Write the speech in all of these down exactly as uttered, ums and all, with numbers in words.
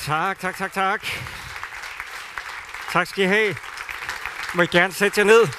Tak, tak, tak, tak. Tak skal I have. Må I gerne sætte jer ned.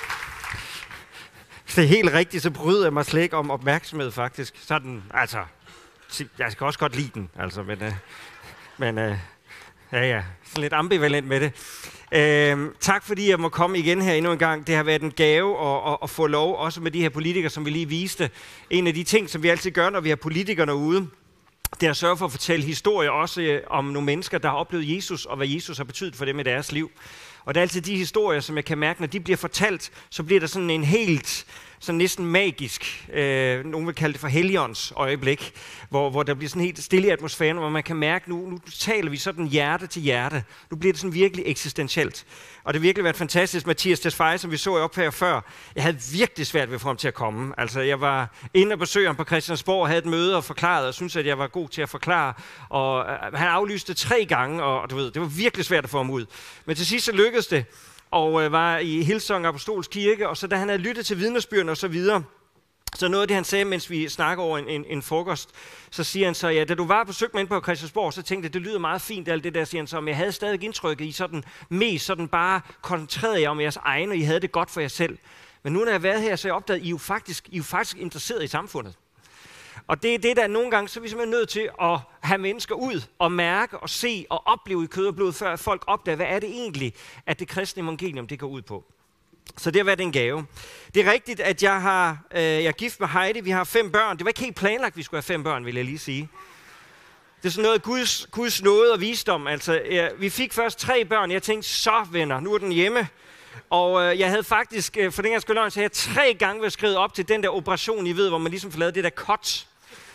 Hvis det er helt rigtigt, så bryder jeg mig slet ikke om opmærksomhed, faktisk. Sådan, altså, jeg skal også godt lide den, altså, men, øh, men øh, ja, ja, sådan lidt ambivalent med det. Øh, tak fordi jeg må komme igen her endnu en gang. Det har været en gave at, at, at få lov, også med de her politikere, som vi lige viste. En af de ting, som vi altid gør, når vi har politikerne ude, det er at sørge for at fortælle historier også om nogle mennesker, der har oplevet Jesus, og hvad Jesus har betydet for dem i deres liv. Og det er altid de historier, som jeg kan mærke, når de bliver fortalt, så bliver der sådan en helt, sådan næsten magisk, øh, nogen vil kalde det for Helligånds øjeblik, hvor, hvor der bliver sådan helt stille i atmosfæren, hvor man kan mærke, nu, nu taler vi sådan hjerte til hjerte. Nu bliver det sådan virkelig eksistentielt. Og det har virkelig været fantastisk. Mathias Tesfaye, som vi så op her før, jeg havde virkelig svært ved at få ham til at komme. Altså, jeg var inde og besøgte ham på Christiansborg og havde et møde og forklarede, og syntes, at jeg var god til at forklare. Og øh, han aflyste tre gange, og du ved, det var virkelig svært at få ham ud. Men til sidst så lykkedes det, og øh, var i Hillsong Apostolsk Kirke, og så da han havde lyttet til vidnesbyrden og så videre, så noget af det, han sagde, mens vi snakker over en, en, en frokost, så siger han så, ja, da du var på søg med på Christiansborg, så tænkte jeg, det lyder meget fint, alt det der, siger han så, men jeg havde stadig indtrykket, I sådan mest sådan bare koncentrerede jer om jeres egne, og I havde det godt for jer selv. Men nu, når jeg har været her, så har jeg opdaget, at I er jo faktisk, I er jo faktisk interesseret i samfundet. Og det er det, der nogle gange, så er vi simpelthen nødt til at have mennesker ud og mærke og se og opleve i kød og blod, før folk opdager, hvad er det egentlig, at det kristne evangelium, det går ud på. Så det har været en gave. Det er rigtigt, at jeg, har, øh, jeg er gift med Heidi. Vi har fem børn. Det var ikke helt planlagt, at vi skulle have fem børn, vil jeg lige sige. Det er sådan noget Guds, Guds nåde og visdom. Altså, øh, vi fik først tre børn. Jeg tænkte, så venner, nu er den hjemme. Og øh, jeg havde faktisk, øh, for den her skyld løgn, så jeg tre gange været skrevet op til den der operation, I ved, hvor man ligesom får lavet det der cut.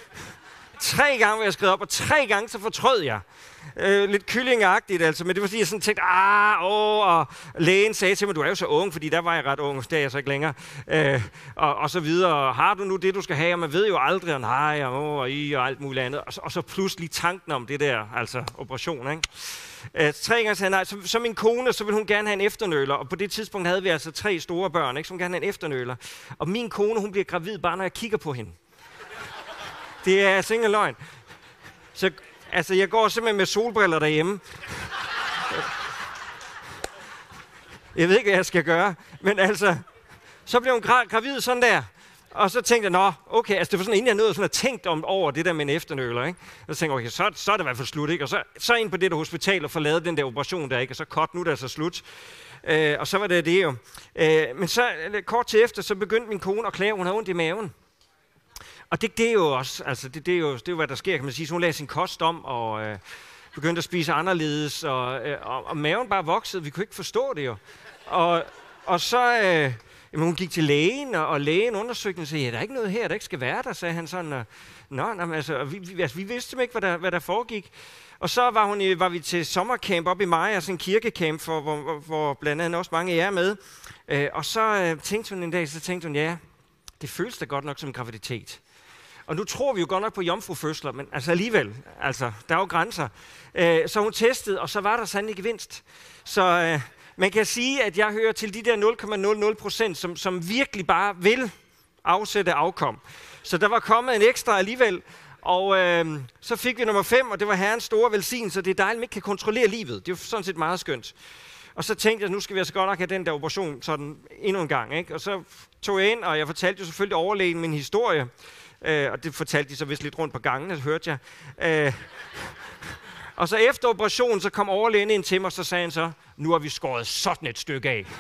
Tre gange var jeg skrevet op, og tre gange så fortrød jeg. Øh, lidt kyllingagtigt altså, men det var fordi, jeg sådan tænkte, ah, åh, og lægen sagde til mig, du er jo så ung, fordi der var jeg ret ung, der er jeg så ikke længere, øh, og, og så videre, har du nu det, du skal have, og man ved jo aldrig, og nej, og, åh, og i, og alt muligt andet, og så, og så pludselig tanken om det der, altså operation, ikke? Øh, tre gange sagde nej, så, så min kone, så ville hun gerne have en efternøler, og på det tidspunkt havde vi altså tre store børn, ikke? Så hun gerne have en efternøler, og min kone, hun bliver gravid, bare når jeg kigger på hende. Det er altså ingen løgn. Så altså, jeg går simpelthen med solbriller derhjemme. Jeg ved ikke, hvad jeg skal gøre. Men altså, så blev hun gra- gravid sådan der. Og så tænkte jeg, nå, okay, altså det var sådan, inden jeg nåede sådan at tænkt om over det der med en efternøler, ikke? Og så tænkte jeg, okay, så, så er det i hvert fald slut, ikke? Og så, så ind på det der hospital og få lavet den der operation der, ikke? Og så kort, nu er det altså slut. Øh, og så var det det jo. Øh, men så kort til efter, så begyndte min kone at klage, hun havde ondt i maven. Og det, det er jo også, altså det, det, er jo, det er jo, hvad der sker, kan man sige. Så hun lagde sin kost om og øh, begyndte at spise anderledes, og, øh, og, og maven bare voksede. Vi kunne ikke forstå det jo. Og, og så, øh, jamen, hun gik til lægen, og, og lægen undersøgte, og sagde, ja, der er ikke noget her, der ikke skal være der, sagde han sådan. Og, Nå, nej, altså, vi, vi, altså, vi vidste simpelthen ikke, hvad der, hvad der foregik. Og så var, hun, var vi til sommercamp op i Maja, altså en kirkecamp, for, hvor, hvor, hvor blandt andet også mange af jer er med. Øh, og så øh, tænkte hun en dag, så tænkte hun, ja, det føles da godt nok som en graviditet. Og nu tror vi jo godt nok på jomfrufødsler, men altså alligevel, altså, der er jo grænser. Øh, så hun testede, og så var der sandelig gevinst. Så øh, man kan sige, at jeg hører til de der nul komma nul nul procent, som, som virkelig bare vil afsætte afkom. Så der var kommet en ekstra alligevel, og øh, så fik vi nummer fem, og det var Herrens store velsignelse. Det er dejligt, at man ikke kan kontrollere livet. Det er jo sådan set meget skønt. Og så tænkte jeg, nu skal vi altså godt nok have den der operation sådan endnu en gang, ikke? Og så tog jeg ind, og jeg fortalte jo selvfølgelig overlægen min historie. Øh, og det fortalte de så vist lidt rundt på gangen, det hørte jeg. Øh, og så efter operationen, så kom overlægen ind til mig, og så sagde han så, nu har vi skåret sådan et stykke af.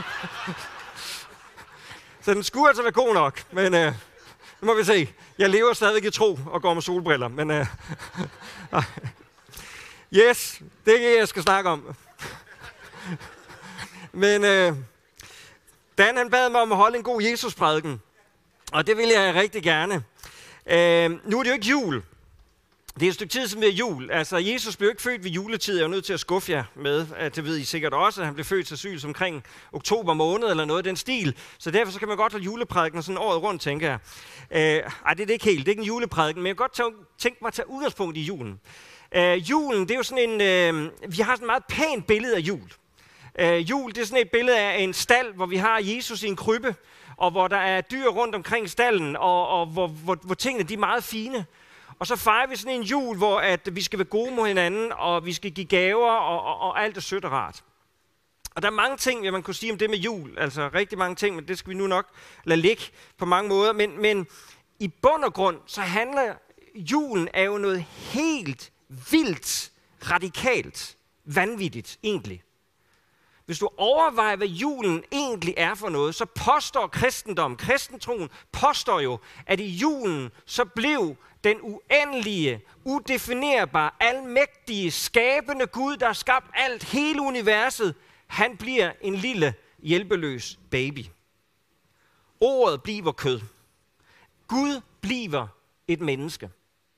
Så den skulle altså være god nok, men øh, nu må vi se. Jeg lever stadig i tro og går med solbriller, men øh, yes, det er det, jeg skal snakke om. Men øh, Dan, han bad mig om at holde en god Jesus-prædiken, og det vil jeg rigtig gerne. Øh, nu er det jo ikke jul. Det er et stykke tid, som det er jul. Altså, Jesus blev ikke født ved juletid. Jeg er jo nødt til at skuffe jer med, at det ved I sikkert også, at han blev født sandsynligvis omkring oktober måned, eller noget af den stil. Så derfor så kan man godt holde juleprædiken sådan året rundt, tænker jeg. Øh, ej, det er det ikke helt. Det er ikke en juleprædiken, men jeg kan godt tage, tænke mig at tage udgangspunkt i julen. Øh, julen, det er jo sådan en... Øh, vi har sådan et meget pænt billede af jul. Øh, jul, det er sådan et billede af en stald, hvor vi har Jesus i en krybbe, og hvor der er dyr rundt omkring stallen, og, og hvor, hvor, hvor tingene de er meget fine. Og så fejrer vi sådan en jul, hvor at vi skal være gode mod hinanden, og vi skal give gaver, og, og, og alt er sødt og rart. Og der er mange ting, ja, man kunne sige om det med jul, altså rigtig mange ting, men det skal vi nu nok lade ligge på mange måder. Men, men i bund og grund, så handler julen er jo noget helt vildt, radikalt, vanvittigt egentlig. Hvis du overvejer, hvad julen egentlig er for noget, så påstår kristendom, kristentroen påstår jo, at i julen så blev den uendelige, udefinerbare, almægtige, skabende Gud, der har skabt alt, hele universet, han bliver en lille, hjælpeløs baby. Ordet bliver kød. Gud bliver et menneske.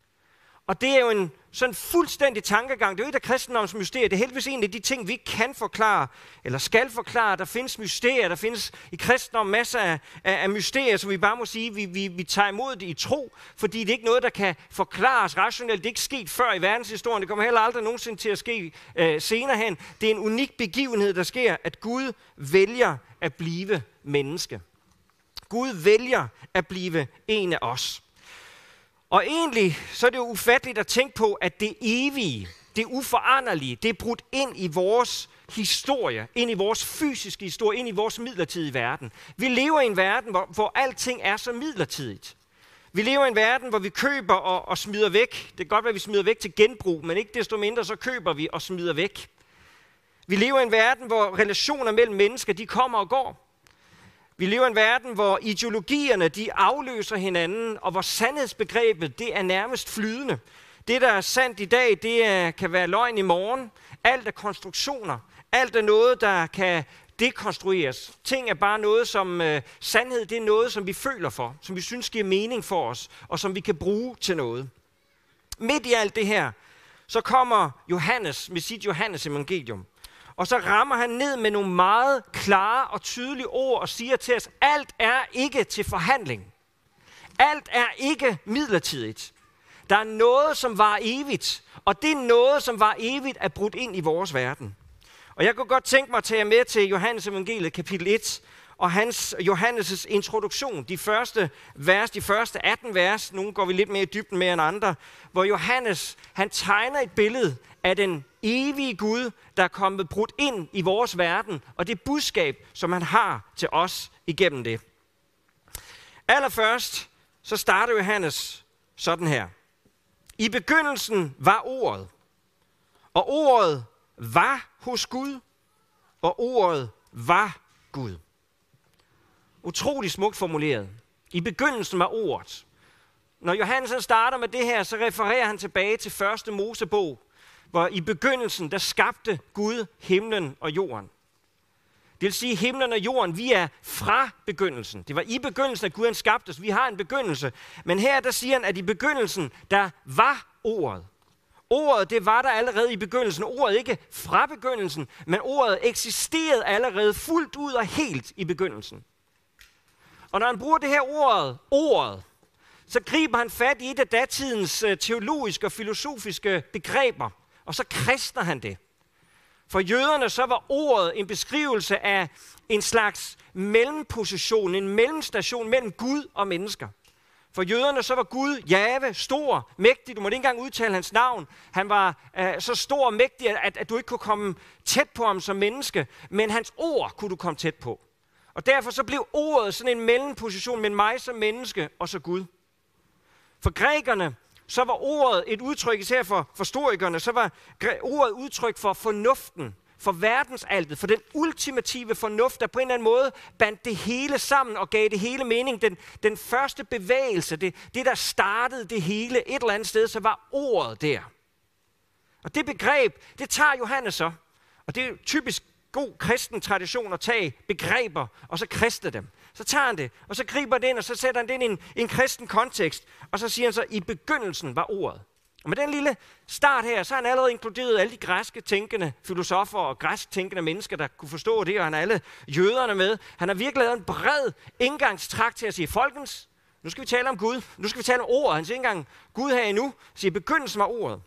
Og det er jo en sådan fuldstændig tankegang. Det er jo et af kristendommens mysterier. Det er heldigvis en af de ting, vi ikke kan forklare, eller skal forklare. Der findes mysterier, der findes i kristendommen masser af, af, af mysterier, som vi bare må sige, vi, vi, vi tager imod det i tro, fordi det er ikke noget, der kan forklares rationelt. Det er ikke sket før i verdenshistorien. Det kommer heller aldrig nogensinde til at ske øh, senere hen. Det er en unik begivenhed, der sker, at Gud vælger at blive menneske. Gud vælger at blive en af os. Og egentlig så er det jo ufatteligt at tænke på, at det evige, det uforanderlige, det er brudt ind i vores historie, ind i vores fysiske historie, ind i vores midlertidige verden. Vi lever i en verden, hvor, hvor alting er så midlertidigt. Vi lever i en verden, hvor vi køber og, og smider væk. Det kan godt være, at vi smider væk til genbrug, men ikke desto mindre, så køber vi og smider væk. Vi lever i en verden, hvor relationer mellem mennesker, de kommer og går. Vi lever i en verden, hvor ideologierne de afløser hinanden, og hvor sandhedsbegrebet det er nærmest flydende. Det, der er sandt i dag, det er, kan være løgn i morgen. Alt er konstruktioner. Alt er noget, der kan dekonstrueres. Ting er bare noget, som øh, sandhed det er noget, som vi føler for, som vi synes giver mening for os, og som vi kan bruge til noget. Midt i alt det her, så kommer Johannes med sit Johannes evangelium. Og så rammer han ned med nogle meget klare og tydelige ord og siger til os, alt er ikke til forhandling. Alt er ikke midlertidigt. Der er noget, som var evigt, og det noget, som var evigt, er brudt ind i vores verden. Og jeg kunne godt tænke mig at tage jer med til Johannes evangeliet kapitel et, og hans, Johannes' introduktion, de første vers, de første atten vers, nogle går vi lidt mere i dybden med end andre, hvor Johannes, han tegner et billede af den evige Gud, der er kommet brudt ind i vores verden, og det budskab, som han har til os igennem det. Allerførst, så starter Johannes sådan her. I begyndelsen var ordet, og ordet var hos Gud, og ordet var Gud. Utrolig smukt formuleret. I begyndelsen var ordet. Når Johannes starter med det her, så refererer han tilbage til første Mosebog, hvor i begyndelsen, der skabte Gud himlen og jorden. Det vil sige, himlen og jorden, vi er fra begyndelsen. Det var i begyndelsen, at Gud han skabte os. Vi har en begyndelse. Men her, der siger han, at i begyndelsen, der var ordet. Ordet, det var der allerede i begyndelsen. Ordet ikke fra begyndelsen, men ordet eksisterede allerede fuldt ud og helt i begyndelsen. Og når han bruger det her ordet, ordet, så griber han fat i et af datidens teologiske og filosofiske begreber, og så kristner han det. For jøderne så var ordet en beskrivelse af en slags mellemposition, en mellemstation mellem Gud og mennesker. For jøderne så var Gud, Jahve, stor, mægtig. Du måtte ikke engang udtale hans navn. Han var øh, så stor og mægtig, at, at du ikke kunne komme tæt på ham som menneske. Men hans ord kunne du komme tæt på. Og derfor så blev ordet sådan en mellemposition mellem mig som menneske og så Gud. For grækerne, så var ordet et udtryk, især for, for historikerne, så var ordet udtryk for fornuften, for verdensaltet, for den ultimative fornuft, der på en eller anden måde bandt det hele sammen og gav det hele mening. Den, den første bevægelse, det, det der startede det hele et eller andet sted, så var ordet der. Og det begreb, det tager Johannes så. Og det er typisk god kristen tradition at tage begreber og så kriste dem. Så tager han det, og så griber det ind, og så sætter han det ind i en, en kristen kontekst. Og så siger han så, i begyndelsen var ordet. Og med den lille start her, så har han allerede inkluderet alle de græske tænkende filosofer og græsk tænkende mennesker, der kunne forstå det, og han har alle jøderne med. Han har virkelig lavet en bred indgangstrakt til at sige, folkens, nu skal vi tale om Gud. Nu skal vi tale om ordet. Han siger ikke engang Gud her endnu. Siger, i begyndelsen var ordet.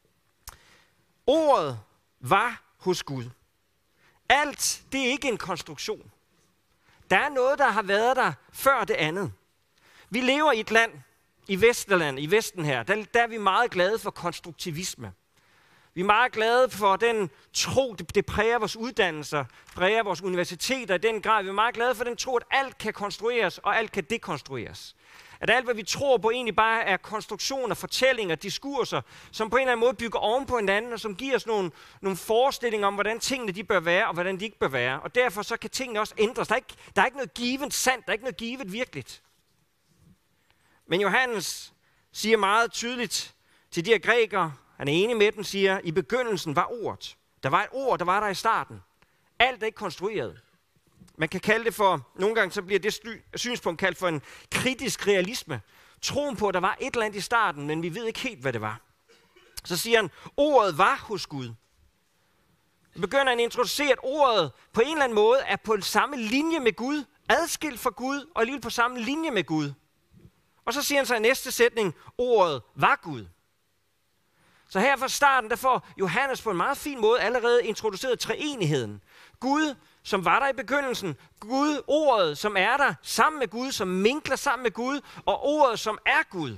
Ordet var hos Gud. Alt, det er ikke en konstruktion. Der er noget, der har været der før det andet. Vi lever i et land, i Vesterland, i Vesten her, der, der er vi meget glade for konstruktivisme. Vi er meget glade for den tro, det, det præger vores uddannelser, præger vores universiteter i den grad. Vi er meget glade for den tro, at alt kan konstrueres, og alt kan dekonstrueres. At alt, hvad vi tror på, egentlig bare er konstruktioner, fortællinger, diskurser, som på en eller anden måde bygger oven på hinanden, og som giver os nogle, nogle forestillinger om, hvordan tingene de bør være, og hvordan de ikke bør være. Og derfor så kan tingene også ændres. Der er ikke, der er ikke noget givet sandt, der er ikke noget givet virkeligt. Men Johannes siger meget tydeligt til de her grækere, han er enig med dem, siger, i begyndelsen var ordet. Der var et ord, der var der i starten. Alt er ikke konstrueret. Man kan kalde det for, nogle gange så bliver det synspunkt kaldt for en kritisk realisme. Troen på, at der var et eller andet i starten, men vi ved ikke helt, hvad det var. Så siger han, ordet var hos Gud. Så begynder han at introducere, at ordet på en eller anden måde er på samme linje med Gud, adskilt fra Gud, og alligevel på samme linje med Gud. Og så siger han så i næste sætning, ordet var Gud. Så her fra starten, der får Johannes på en meget fin måde allerede introduceret treenigheden. Gud, som var der i begyndelsen. Gud, ordet, som er der sammen med Gud, som minkler sammen med Gud. Og ordet, som er Gud.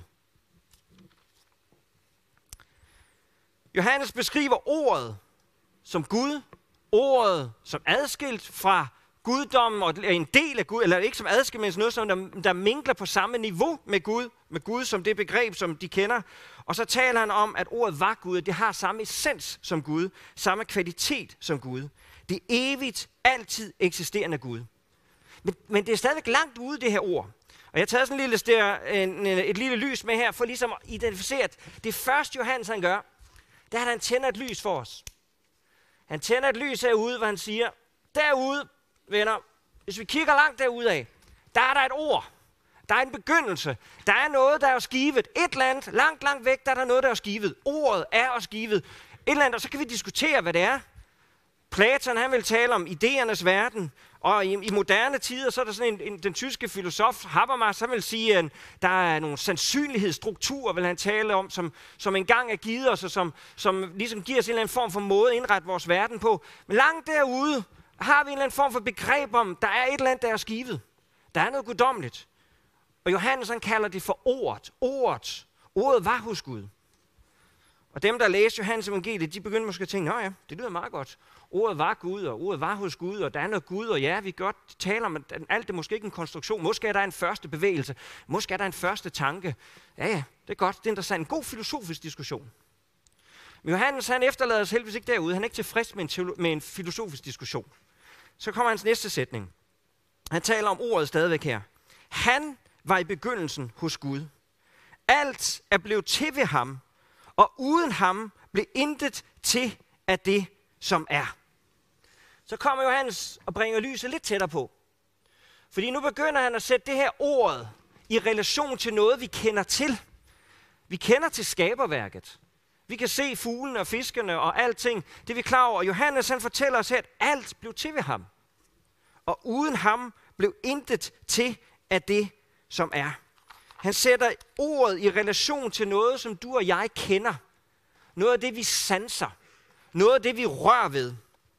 Johannes beskriver ordet som Gud. Ordet som adskilt fra guddommen, og en del af Gud, eller ikke som adskilt, men noget, som der, der minkler på samme niveau med Gud, med Gud som det begreb, som de kender. Og så taler han om, at ordet var Gud, det har samme essens som Gud, samme kvalitet som Gud. Det er evigt, altid eksisterende Gud. Men, men det er stadigvæk langt ude, det her ord. Og jeg har taget sådan en lille stær, en, et lille lys med her, for ligesom at identificere, at det første Johannes han gør, det er, at han tænder et lys for os. Han tænder et lys herude, hvor han siger, derude, venner, hvis vi kigger langt derude af, der er der et ord. Der er en begyndelse. Der er noget, der er skivet. Et eller andet, langt, langt væk, der er der noget, der er skivet. Ordet er også skivet. Et eller andet, og så kan vi diskutere, hvad det er. Platon, han vil tale om idéernes verden, og i, i moderne tider, så er der sådan en, en den tyske filosof Habermas, han vil sige, at der er nogle sandsynlighedsstrukturer, vil han tale om, som, som engang er givet os, og som, som ligesom giver os en eller anden form for måde at indrette vores verden på. Men langt derude har vi en eller anden form for begreb om, der er et eller andet, der er skivet. Der er noget guddommeligt. Og Johannes, han kalder det for ordet. Ordet. Ordet var hos Gud. Og dem, der læste Johannes evangeliet, de begyndte måske at tænke, nå ja, det lyder meget godt. Ordet var Gud, og ordet var hos Gud, og der er noget Gud, og ja, vi godt taler om, at alt det måske ikke en konstruktion. Måske er der en første bevægelse. Måske er der en første tanke. Ja, ja, det er godt. Det er interessant. En god filosofisk diskussion. Men Johannes, han efterlader os heldigvis ikke derude. Han er ikke tilfreds med en, teolo- med en filosofisk diskussion. Så kommer hans næste sætning. Han taler om ordet stadigvæk her. Han var i begyndelsen hos Gud. Alt er blevet til ved ham, og uden ham blev intet til af det, som er. Så kommer Johannes og bringer lyset lidt tættere på. Fordi nu begynder han at sætte det her ordet i relation til noget, vi kender til. Vi kender til skaberværket. Vi kan se fuglene og fiskene og alting. Det er vi klar over. Johannes han fortæller os her, at alt blev til ved ham. Og uden ham blev intet til af det, som er. Han sætter ordet i relation til noget, som du og jeg kender. Noget af det, vi sanser. Noget af det, vi rører ved.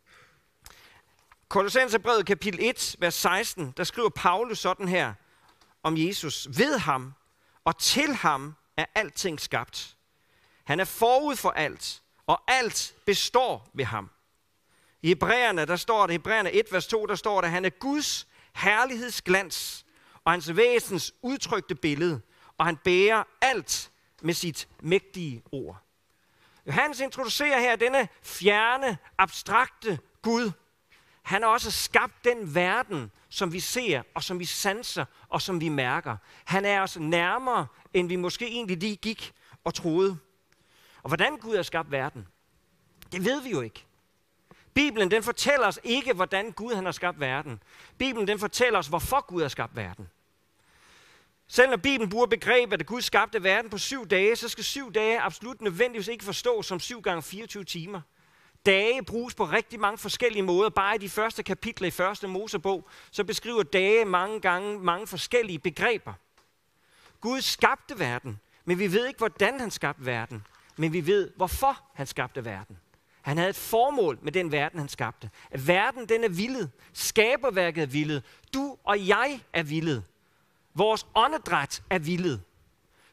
Kolossenserbrevet kapitel et, vers seksten, der skriver Paulus sådan her om Jesus. Ved ham og til ham er alting skabt. Han er forud for alt, og alt består ved ham. I Hebræerne, der står det, Hebræerne et, vers to, der står det, han er Guds herlighedsglans og hans væsens udtrykte billede, og han bærer alt med sit mægtige ord. Johannes introducerer her denne fjerne, abstrakte Gud. Han har også skabt den verden, som vi ser, og som vi sanser, og som vi mærker. Han er os nærmere, end vi måske egentlig lige gik og troede. Og hvordan Gud har skabt verden, det ved vi jo ikke. Bibelen den fortæller os ikke, hvordan Gud han har skabt verden. Bibelen den fortæller os, hvorfor Gud har skabt verden. Selv når Bibelen bruger begrebet, at Gud skabte verden på syv dage, så skal syv dage absolut nødvendigvis ikke forstås som syv gange fireogtyve timer. Dage bruges på rigtig mange forskellige måder. Bare i de første kapitler i første Mosebog, så beskriver dage mange gange mange forskellige begreber. Gud skabte verden, men vi ved ikke, hvordan han skabte verden. Men vi ved, hvorfor han skabte verden. Han havde et formål med den verden, han skabte. At verden, den er villet. Skaberværket er villet. Du og jeg er villet. Vores åndedræt er villet.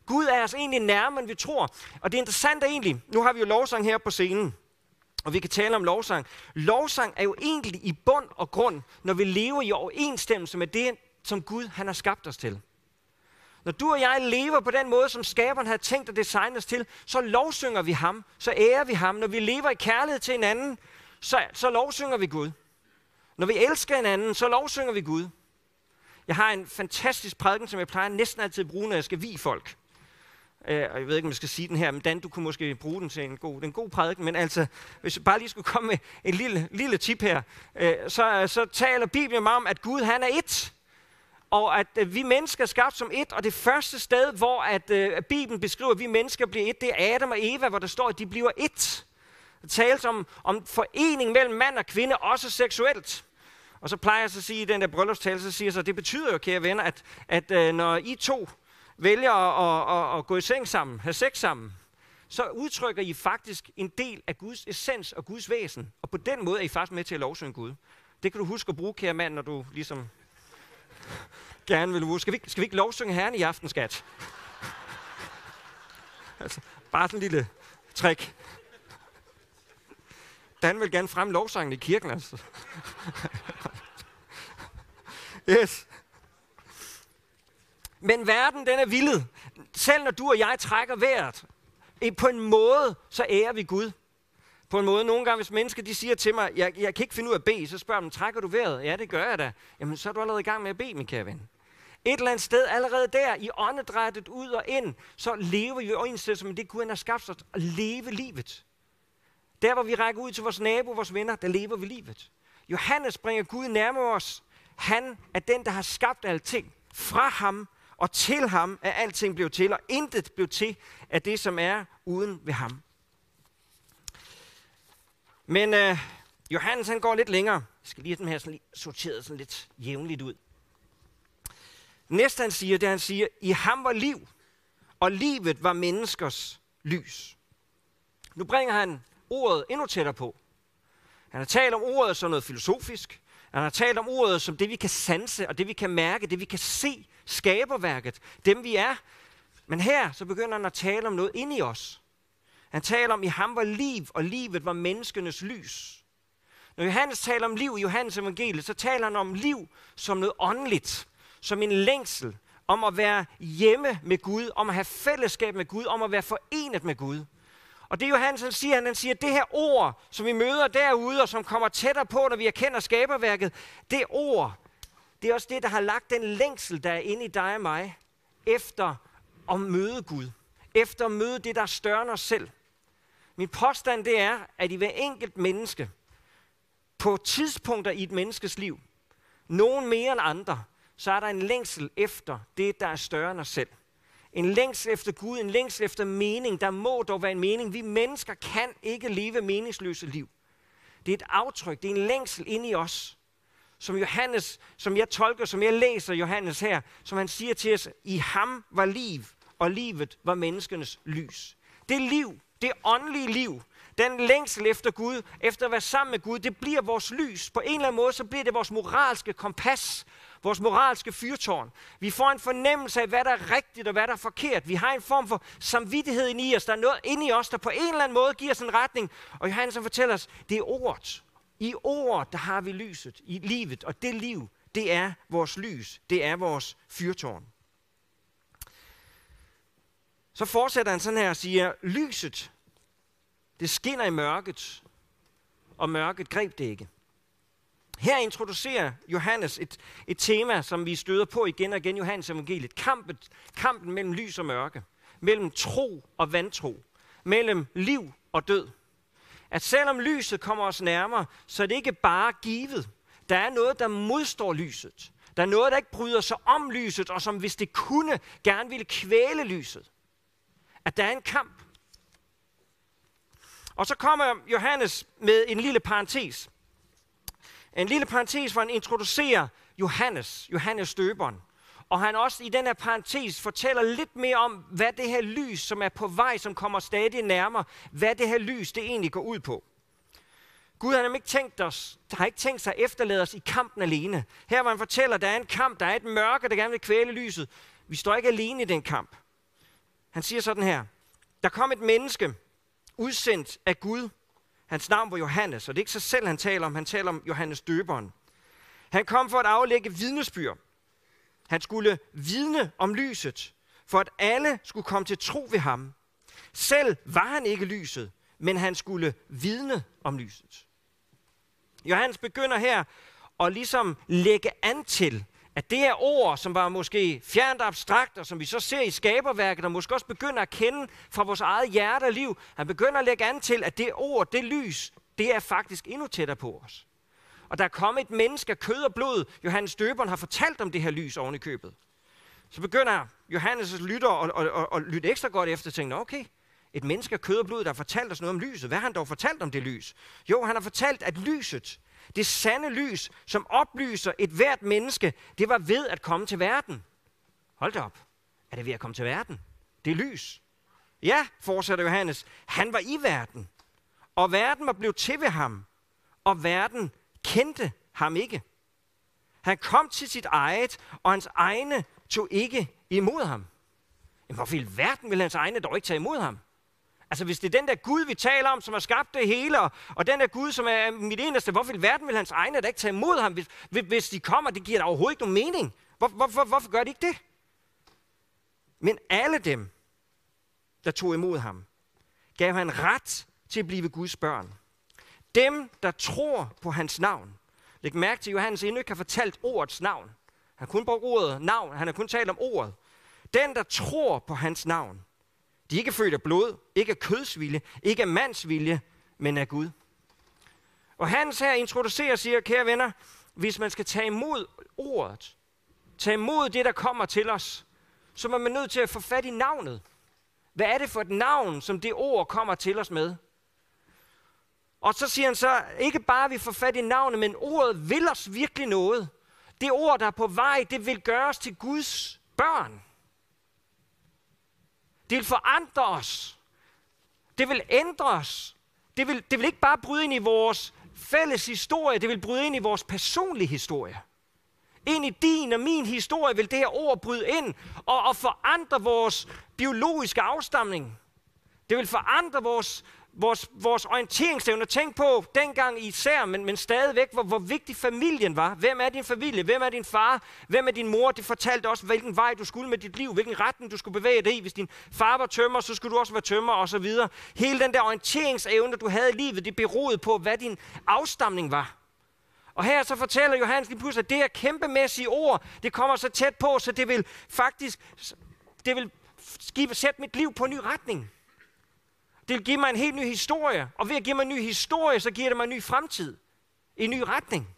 Gud er os egentlig nærmere, end vi tror. Og det er interessant egentlig, nu har vi jo lovsang her på scenen, og vi kan tale om lovsang. Lovsang er jo egentlig i bund og grund, når vi lever i overensstemmelse med det, som Gud han har skabt os til. Når du og jeg lever på den måde, som skaberen har tænkt og designet os til, så lovsynger vi ham, så ærer vi ham. Når vi lever i kærlighed til hinanden, så, så lovsynger vi Gud. Når vi elsker hinanden, så lovsynger vi Gud. Jeg har en fantastisk prædiken, som jeg plejer næsten altid at bruge, når jeg skal vie folk. Uh, og jeg ved ikke, om jeg skal sige den her, men Dan, du kunne måske bruge den til en god, en god prædiken. Men altså, hvis jeg bare lige skulle komme med en lille, lille tip her, uh, så, så taler Bibelen meget om, at Gud han er ét. Og at uh, vi mennesker er skabt som ét. Og det første sted, hvor at, uh, Bibelen beskriver, at vi mennesker bliver ét, det er Adam og Eva, hvor der står, at de bliver ét. Der tales om, om forening mellem mand og kvinde, også seksuelt. Og så plejer jeg så at sige i den der bryllupstale, så siger jeg så, det betyder jo, kære venner, at, at uh, når I to vælger at, at, at gå i seng sammen, have sex sammen, så udtrykker I faktisk en del af Guds essens og Guds væsen. Og på den måde er I faktisk med til at lovsynge Gud. Det kan du huske at bruge, kære mand, når du ligesom gerne vil huske. Skal vi, skal vi ikke lovsynge Herren i aften, skat? Altså, bare sådan en lille trick. Dan vil gerne fremme lovsangen i kirken, altså. Yes. Men verden, den er vildet. Selv når du og jeg trækker vejret, på en måde, så ærer vi Gud. På en måde, nogle gange, hvis mennesker de siger til mig, jeg, jeg kan ikke finde ud af at bede, så spørger de, trækker du vejret? Ja, det gør jeg da. Jamen, så er du allerede i gang med at bede, min kære ven. Et eller andet sted, allerede der, i åndedrættet ud og ind, så lever vi i overensstemmelse med det, Gud har skabt os at leve livet. Der, hvor vi rækker ud til vores nabo, vores venner, der lever vi livet. Johannes bringer Gud nærmere os. Han er den, der har skabt alting. Fra ham og til ham er alting blevet til, og intet blev til af det, som er uden ved ham. Men øh, Johannes han går lidt længere. Jeg skal lige have dem her sådan sorteret sådan lidt jævnligt ud. Næste han siger, det han siger, i ham var liv, og livet var menneskers lys. Nu bringer han ordet endnu tættere på. Han har talt om ordet som noget filosofisk. Han har talt om ordet som det, vi kan sanse, og det, vi kan mærke, det, vi kan se, skaberværket, dem vi er. Men her, så begynder han at tale om noget inde i os. Han taler om, i ham var liv, og livet var menneskenes lys. Når Johannes taler om liv i Johannes evangeliet, så taler han om liv som noget åndeligt, som en længsel, om at være hjemme med Gud, om at have fællesskab med Gud, om at være forenet med Gud. Og det Johannes han siger, han siger, det her ord, som vi møder derude, og som kommer tættere på, når vi erkender skaberværket, det ord, det er også det, der har lagt den længsel, der er inde i dig og mig, efter at møde Gud. Efter at møde det, der er større end os selv. Min påstand, det er, at i hver enkelt menneske, på tidspunkter i et menneskes liv, nogen mere end andre, så er der en længsel efter det, der er større end os selv. En længsel efter Gud, en længsel efter mening. Der må dog være en mening. Vi mennesker kan ikke leve meningsløse liv. Det er et aftryk, det er en længsel inde i os. Som Johannes, som jeg tolker, som jeg læser Johannes her, som han siger til os, i ham var liv, og livet var menneskenes lys. Det liv, det åndelige liv, den længsel efter Gud, efter at være sammen med Gud, det bliver vores lys. På en eller anden måde, så bliver det vores moralske kompas, vores moralske fyrtårn. Vi får en fornemmelse af, hvad der er rigtigt og hvad der er forkert. Vi har en form for samvittighed inde i os. Der er noget inde i os, der på en eller anden måde giver os en retning. Og Johannes fortæller os, det er ordet. I ordet, der har vi lyset i livet. Og det liv, det er vores lys. Det er vores fyrtårn. Så fortsætter han sådan her og siger, lyset, det skinner i mørket, og mørket greb det ikke. Her introducerer Johannes et, et tema, som vi støder på igen og igen, Johannes evangeliet. Kampen, kampen mellem lys og mørke, mellem tro og vantro, mellem liv og død. At selvom lyset kommer os nærmere, så er det ikke bare givet. Der er noget, der modstår lyset. Der er noget, der ikke bryder sig om lyset, og som hvis det kunne, gerne ville kvæle lyset. At der er en kamp. Og så kommer Johannes med en lille parentes. En lille parentes, hvor han introducerer Johannes, Johannes døberen. Og han også i den her parentes fortæller lidt mere om, hvad det her lys, som er på vej, som kommer stadig nærmere, hvad det her lys, det egentlig går ud på. Gud han har ikke tænkt os, har ikke tænkt sig at efterlade os i kampen alene. Her hvor han fortæller, at der er en kamp, der er et mørke, der gerne vil kvæle lyset. Vi står ikke alene i den kamp. Han siger sådan her: der kom et menneske, udsendt af Gud. Hans navn var Johannes, og det er ikke sig selv, han taler om. Han taler om Johannes døberen. Han kom for at aflægge vidnesbyrd. Han skulle vidne om lyset, for at alle skulle komme til tro ved ham. Selv var han ikke lyset, men han skulle vidne om lyset. Johannes begynder her at ligesom lægge an til, at det her ord, som var måske fjernt abstrakt, og som vi så ser i skaberværket, og måske også begynder at kende fra vores eget hjerte og liv, han begynder at lægge an til, at det ord, det lys, det er faktisk endnu tættere på os. Og der er kommet et menneske af kød og blod. Johannes døberen har fortalt om det her lys oven i købet. Så begynder Johannes' lytter at, at, at, at lytte ekstra godt efter og tænke, okay, et menneske af kød og blod, der har fortalt os noget om lyset. Hvad har han dog fortalt om det lys? Jo, han har fortalt, at lyset, det sande lys, som oplyser et hvert menneske, det var ved at komme til verden. Hold da op. Er det ved at komme til verden? Det er lys. Ja, fortsætter Johannes. Han var i verden, og verden var blevet til ved ham, og verden kendte ham ikke. Han kom til sit eget, og hans egne tog ikke imod ham. Men hvorfor i verden vil hans egne dog ikke tage imod ham? Altså hvis det er den der Gud, vi taler om, som har skabt det hele, og, og den der Gud, som er mit eneste, hvorfor i verden vil hans egne da ikke tage imod ham? Hvis, hvis de kommer, det giver da overhovedet ikke nogen mening. Hvor, hvorfor, hvorfor gør de ikke det? Men alle dem, der tog imod ham, gav han ret til at blive Guds børn. Dem, der tror på hans navn. Læg mærke til, at Johannes endnu ikke har fortalt ordets navn. Han har kun brugt ordet navn. Han har kun talt om ordet. Den, der tror på hans navn. De er ikke født af blod, ikke af kødsvilje, ikke af mandsvilje, men af Gud. Og Hans her introducerer og siger, kære venner, hvis man skal tage imod ordet, tage imod det, der kommer til os, så er man nødt til at få fat i navnet. Hvad er det for et navn, som det ord kommer til os med? Og så siger han så, ikke bare at vi får fat i navnet, men ordet vil os virkelig noget. Det ord, der er på vej, det vil gøre os til Guds børn. Det vil forandre os. Det vil ændre os. Det vil, det vil ikke bare bryde ind i vores fælles historie, det vil bryde ind i vores personlige historie. Ind i din og min historie vil det her ord bryde ind og, og forandre vores biologiske afstamning. Det vil forandre vores, vores, vores orienteringsevne. Tænk på dengang især, men, men stadigvæk, hvor, hvor vigtig familien var. Hvem er din familie? Hvem er din far? Hvem er din mor? Det fortalte også, hvilken vej du skulle med dit liv, hvilken retning du skulle bevæge dig i. Hvis din far var tømrer, så skulle du også være tømrer og så videre. Hele den der orienteringsevne, du havde i livet, det beroede på, hvad din afstamning var. Og her så fortæller Johannes lige pludselig, at det her kæmpemæssige ord, det kommer så tæt på, så det vil faktisk, det vil give, sætte mit liv på en ny retning. Det vil give mig en helt ny historie. Og ved at give mig en ny historie, så giver det mig en ny fremtid. En ny retning.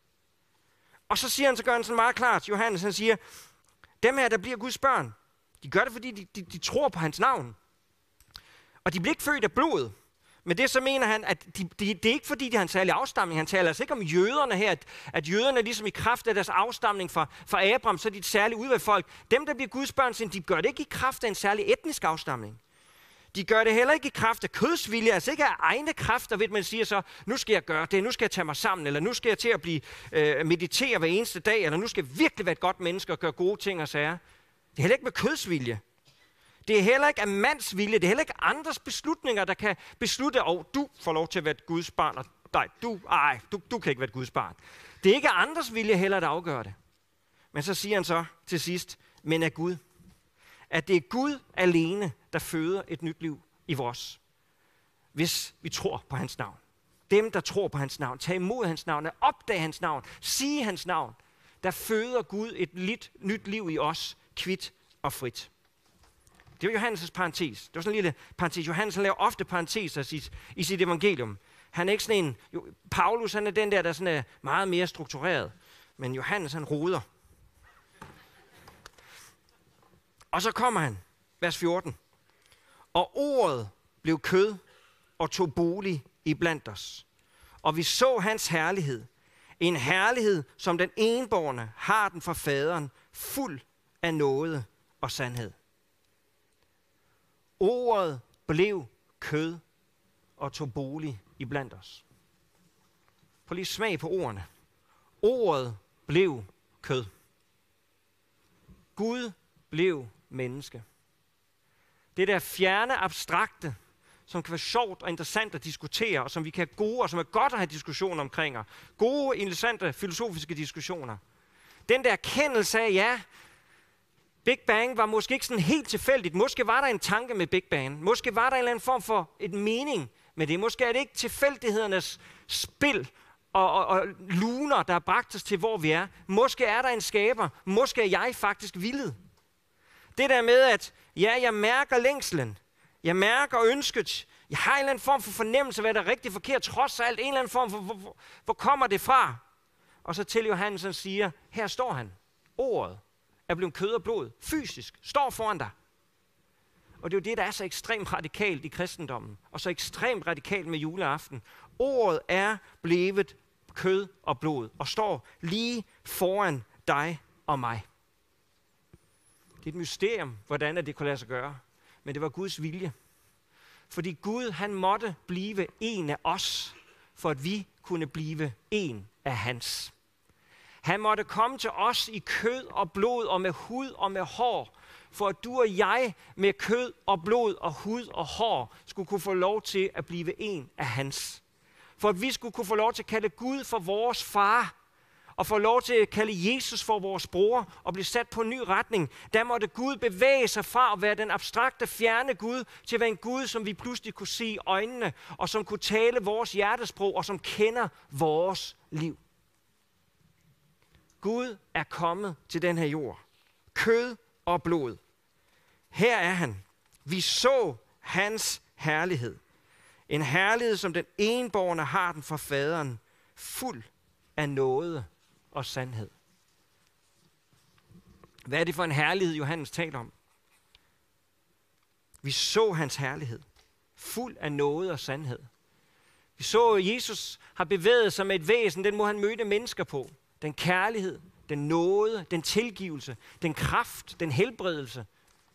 Og så siger han, så gør han sådan meget klart, Johannes, han siger, dem her, der bliver Guds børn, de gør det, fordi de, de, de tror på hans navn. Og de bliver ikke født af blodet. Men det så mener han, at de, de, det er ikke fordi, de har en særlig afstamning. Han taler altså ikke om jøderne her, at, at jøderne ligesom i kraft af deres afstamning fra, fra Abraham, så er de et særligt udvalgt folk. Dem, der bliver Guds børn, de gør det ikke i kraft af en særlig etnisk afstamning. De gør det heller ikke i kraft af kødsvilje, altså ikke af egne kræfter, ved man siger så, nu skal jeg gøre det, nu skal jeg tage mig sammen, eller nu skal jeg til at blive øh, meditere hver eneste dag, eller nu skal jeg virkelig være et godt menneske og gøre gode ting og sager. Det er heller ikke med kødsvilje. Det er heller ikke af mands vilje, det er heller ikke andres beslutninger, der kan beslutte, at oh, du får lov til at være et Guds barn, og nej, du, ej, du, du kan ikke være et Guds barn. Det er ikke andres vilje heller, der afgør det. Men så siger han så til sidst, men af Gud. At det er Gud alene, der føder et nyt liv i vores, hvis vi tror på hans navn. Dem, der tror på hans navn, tager imod hans navn, opdager hans navn, sige hans navn, der føder Gud et lidt nyt liv i os, kvit og frit. Det er Johannes' parentes. Det var sådan en lille parentes. Johannes han laver ofte parenteser i sit, i sit evangelium. Han er ikke sådan en... Jo, Paulus han er den der, der sådan er meget mere struktureret. Men Johannes han roder. Og så kommer han, vers fjorten. Og ordet blev kød og tog bolig iblandt os. Og vi så hans herlighed. En herlighed, som den enbårne har den fra faderen, fuld af nåde og sandhed. Ordet blev kød og tog bolig iblandt os. Prøv lige smag på ordene. Ordet blev kød. Gud blev menneske. Det der fjerne, abstrakte, som kan være sjovt og interessant at diskutere, og som vi kan have gode, og som er godt at have diskussioner omkring. Gode, interessante, filosofiske diskussioner. Den der erkendelse af, ja, Big Bang var måske ikke sådan helt tilfældigt. Måske var der en tanke med Big Bang. Måske var der en eller anden form for et mening med det. Måske er det ikke tilfældighedernes spil og, og, og luner, der har bragt os til, hvor vi er. Måske er der en skaber. Måske er jeg faktisk villet. Det der med, at ja, jeg mærker længslen. Jeg mærker ønsket. Jeg har en eller anden form for fornemmelse af, hvad der er rigtig forkert. Trods alt en eller anden form for, hvor, hvor, hvor kommer det fra? Og så til Johannes, han siger, her står han. Ordet er blevet kød og blod. Fysisk. Står foran dig. Og det er jo det, der er så ekstremt radikalt i kristendommen. Og så ekstremt radikalt med juleaften. Ordet er blevet kød og blod. Og står lige foran dig og mig. Det er et mysterium, hvordan det kunne lade sig gøre. Men det var Guds vilje. Fordi Gud, han måtte blive en af os, for at vi kunne blive en af hans. Han måtte komme til os i kød og blod og med hud og med hår, for at du og jeg med kød og blod og hud og hår skulle kunne få lov til at blive en af hans. For at vi skulle kunne få lov til at kalde Gud for vores far, og få lov til at kalde Jesus for vores bror og blive sat på en ny retning, der måtte Gud bevæge sig fra at være den abstrakte, fjerne Gud, til at være en Gud, som vi pludselig kunne se i øjnene, og som kunne tale vores hjertesprog, og som kender vores liv. Gud er kommet til den her jord. Kød og blod. Her er han. Vi så hans herlighed. En herlighed, som den enbårne har den fra faderen, fuld af nåde og sandhed. Hvad er det for en herlighed, Johannes taler om? Vi så hans herlighed, fuld af nåde og sandhed. Vi så, at Jesus har bevæget sig med et væsen, den må han møde mennesker på. Den kærlighed, den nåde, den tilgivelse, den kraft, den helbredelse.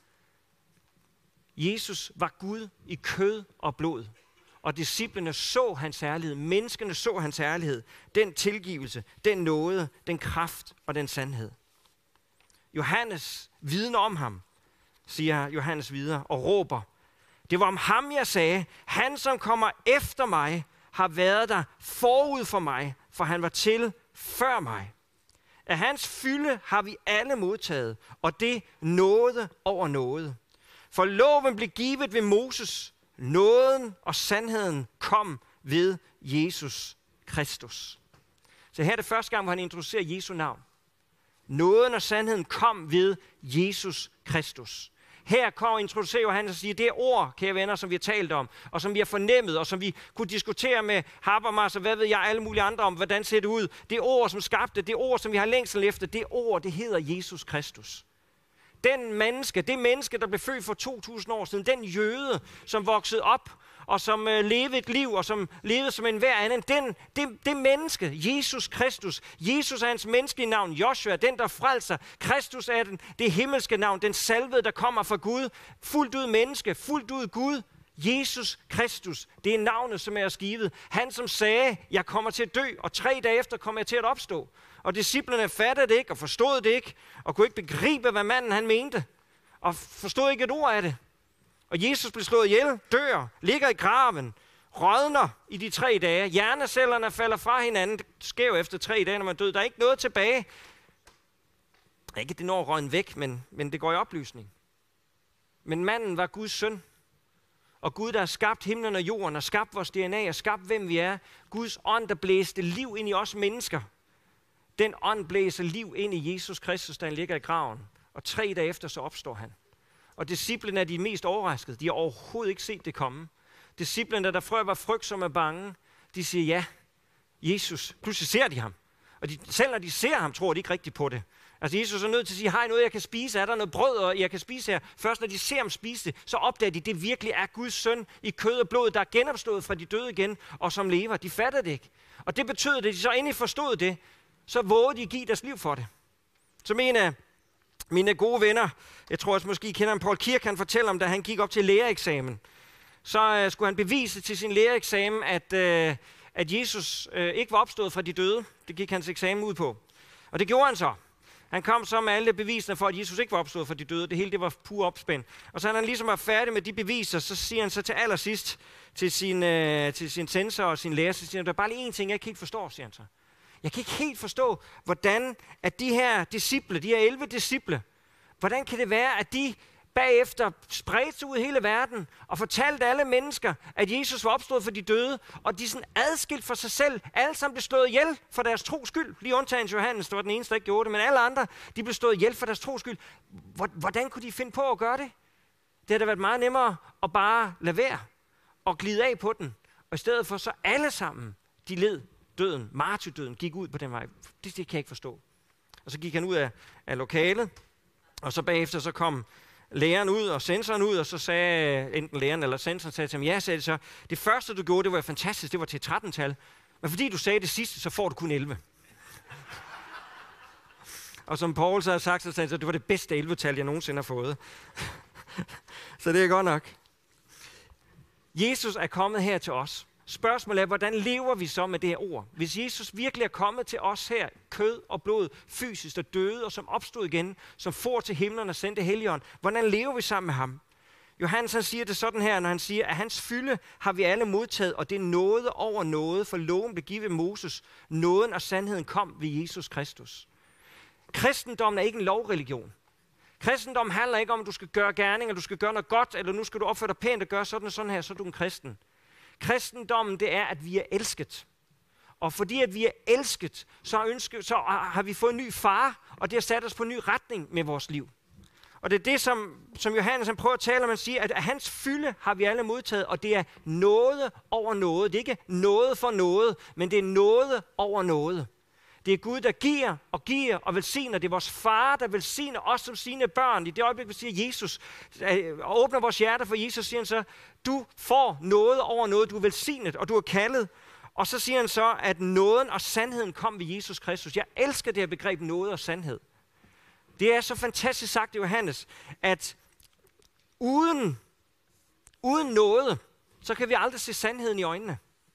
Jesus var Gud i kød og blod. Og disciplene så hans herlighed, menneskene så hans herlighed, den tilgivelse, den nåde, den kraft og den sandhed. Johannes vidner om ham, siger Johannes videre og råber. Det var om ham, jeg sagde, han som kommer efter mig, har været der forud for mig, for han var til før mig. Af hans fylde har vi alle modtaget, og det nåde over nåde. For loven blev givet ved Moses, nåden og sandheden kom ved Jesus Kristus. Så her er det første gang, hvor han introducerer Jesu navn. Nåden og sandheden kom ved Jesus Kristus. Her kommer og introducerer Johannes og siger, det er ord, kære venner, som vi har talt om, og som vi har fornemmet, og som vi kunne diskutere med Habermas og hvad ved jeg, alle mulige andre om, hvordan ser det ud. Det er ord, som skabte, det er ord, som vi har længsel efter, det ord, det hedder Jesus Kristus. Den menneske, det menneske, der blev født for to tusind år siden, den jøde, som voksede op, og som øh, levede et liv, og som levede som en hver anden, den, det, det menneske, Jesus Kristus. Jesus er hans menneskelige navn, Joshua, den der frelser. Kristus er den, det himmelske navn, den salvede, der kommer fra Gud. Fuldt ud menneske, fuldt ud Gud. Jesus Kristus, det er navnet, som er skivet. Han, som sagde, jeg kommer til at dø, og tre dage efter kommer jeg til at opstå. Og disciplene fattede det ikke, og forstod det ikke, og kunne ikke begribe, hvad manden han mente, og forstod ikke et ord af det. Og Jesus blev slået ihjel, dør, ligger i graven, rådner i de tre dage. Hjernecellerne falder fra hinanden. Det sker jo efter tre dage, når man døde. Der er ikke noget tilbage. Ikke det når røgen væk, men, men det går i oplysning. Men manden var Guds søn. Og Gud, der har skabt himlen og jorden, og skabt vores D N A, og skabt, hvem vi er. Guds ånd, der blæste liv ind i os mennesker. Den ånd blæser liv ind i Jesus Kristus, da han ligger i graven. Og tre dage efter, så opstår han. Og disciplene er de mest overraskede. De har overhovedet ikke set det komme. Disciplene, der frø var frygtsomme og bange, de siger ja, Jesus. Pludselig ser de ham. Og de, selv når de ser ham, tror de ikke rigtigt på det. Altså Jesus er nødt til at sige, har I noget, jeg kan spise? Er der noget brød, og jeg kan spise her? Først når de ser ham spise det, så opdager de, at det virkelig er Guds søn i kød og blod, der er genopstået fra de døde igen, og som lever. De fatter det ikke. Og det betød, at de så endelig forstod det, så vågede de at give deres liv for det. Som en af mine gode venner, jeg tror også måske I kender ham, Paul Kirk, han fortæller om, da han gik op til læreeksamen. Så uh, skulle han bevise til sin læreeksamen, at, uh, at Jesus uh, ikke var opstået fra de døde. Det gik hans eksamen ud på. Og det gjorde han så. Han kom så med alle beviserne for, at Jesus ikke var opstået fra de døde. Det hele det var pur opspænd. Og så han ligesom var færdig med de beviser, så siger han så til allersidst til sin, øh, til sin censor og sin lærer, så siger han, der er bare lige en ting, jeg ikke helt forstår, siger han så. Jeg kan ikke helt forstå, hvordan at de her disciple, de her elleve disciple, hvordan kan det være, at de bagefter spredte sig ud i hele verden og fortalte alle mennesker, at Jesus var opstået for de døde, og de sådan adskilt for sig selv, alle sammen blev slået ihjel for deres tros skyld. Lige undtagen Johannes, der var den eneste, der ikke gjorde det, men alle andre, de blev slået ihjel for deres tros skyld. Hvordan kunne de finde på at gøre det? Det havde da været meget nemmere at bare lade være og glide af på den, og i stedet for så alle sammen, de led døden, martyrdøden, gik ud på den vej. Det, det kan jeg ikke forstå. Og så gik han ud af, af lokalet, og så bagefter så kom læreren ud og sensoren ud, og så sagde enten læreren eller sensoren sagde til ham, ja, sagde det så, det første du gjorde, det var fantastisk, det var til et tretten-tal, men fordi du sagde det sidste, så får du kun elleve. Og som Paul så havde sagt, så sagde han, det var det bedste elleve-tal, jeg nogensinde har fået. Så det er godt nok. Jesus er kommet her til os. Spørgsmålet er, hvordan lever vi så med det her ord? Hvis Jesus virkelig er kommet til os her, kød og blod, fysisk og døde, og som opstod igen, som for til himlen og sendte Helligånden, hvordan lever vi sammen med ham? Johannes han siger det sådan her, når han siger, at hans fylde har vi alle modtaget, og det er nåde over nåde, for loven blev givet Moses. Nåden og sandheden kom ved Jesus Kristus. Kristendommen er ikke en lovreligion. Kristendommen handler ikke om, at du skal gøre gerninger, du skal gøre noget godt, eller nu skal du opføre dig pænt og gøre sådan og sådan her, så er du en kristen. Kristendommen, det er, at vi er elsket. Og fordi at vi er elsket, så, ønsket, så har vi fået en ny far, og det har sat os på en ny retning med vores liv. Og det er det, som, som Johannes han prøver at tale om, han siger, at af hans fylde har vi alle modtaget, og det er nåde over noget. Det er ikke noget for noget, men det er nåde over noget. Det er Gud, der giver og giver og velsigner. Det er vores far, der velsigner os som sine børn. I det øjeblik, vi siger Jesus, og åbner vores hjerter for Jesus, siger han så, du får noget over noget, du er velsignet, og du er kaldet. Og så siger han så, at nåden og sandheden kom ved Jesus Kristus. Jeg elsker det her begreb nåde og sandhed. Det er så fantastisk sagt, Johannes, at uden, uden nåde, så kan vi aldrig se sandheden i øjnene.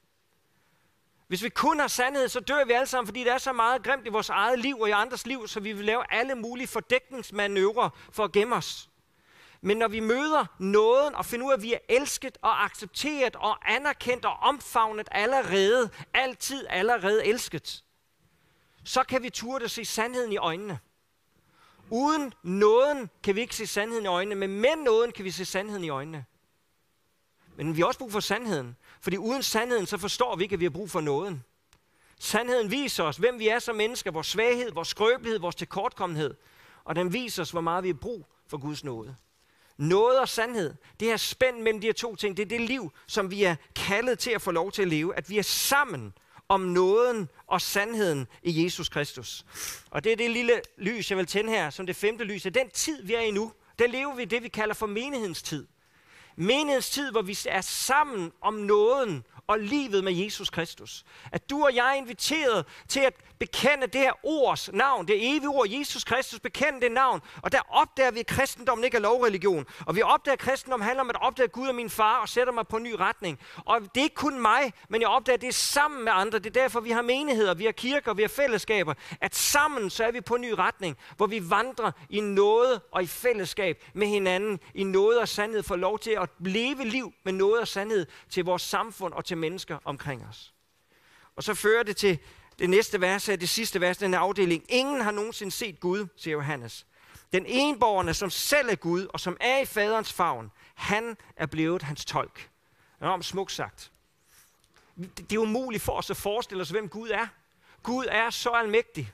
Hvis vi kun har sandhed, så dør vi alle sammen, fordi der er så meget grimt i vores eget liv og i andres liv, så vi vil lave alle mulige fordækningsmanøvrer for at gemme os. Men når vi møder nåden og finder ud af, at vi er elsket og accepteret og anerkendt og omfavnet allerede, altid allerede elsket, så kan vi turde at se sandheden i øjnene. Uden nåden kan vi ikke se sandheden i øjnene, men med nåden kan vi se sandheden i øjnene. Men vi har også brug for sandheden, fordi uden sandheden, så forstår vi ikke, at vi har brug for nåden. Sandheden viser os, hvem vi er som mennesker, vores svaghed, vores skrøbelighed, vores tilkortkommenhed, og den viser os, hvor meget vi har brug for Guds nåde. Nåde og sandhed, det her spænd mellem de her to ting, det er det liv, som vi er kaldet til at få lov til at leve, at vi er sammen om nåden og sandheden i Jesus Kristus. Og det er det lille lys, jeg vil tænde her, som det femte lys. Den tid, vi er i nu, der lever vi det, vi kalder for menighedens tid. Menighedens tid, hvor vi er sammen om nåden og livet med Jesus Kristus. At du og jeg er inviteret til at bekende det her ords navn, det evige ord, Jesus Kristus, bekende det navn. Og der opdager vi, at kristendommen ikke er lovreligion. Og vi opdager, at kristendommen handler om at opdage Gud og min far og sætter mig på en ny retning. Og det er ikke kun mig, men jeg opdager, at det er sammen med andre. Det er derfor, vi har menigheder, vi har kirker, vi har fællesskaber. At sammen så er vi på en ny retning, hvor vi vandrer i nåde og i fællesskab med hinanden, i nåde og sandhed, for lov til at leve liv med nåde og sandhed til vores samfund og til mennesker omkring os. Og så fører det til det næste vers, det sidste vers, den her afdeling. Ingen har nogensinde set Gud, siger Johannes. Den enborgerne, som selv er Gud, og som er i faderens favn, han er blevet hans tolk. Enormt smukt sagt. Det er umuligt for os at forestille os, hvem Gud er. Gud er så almægtig.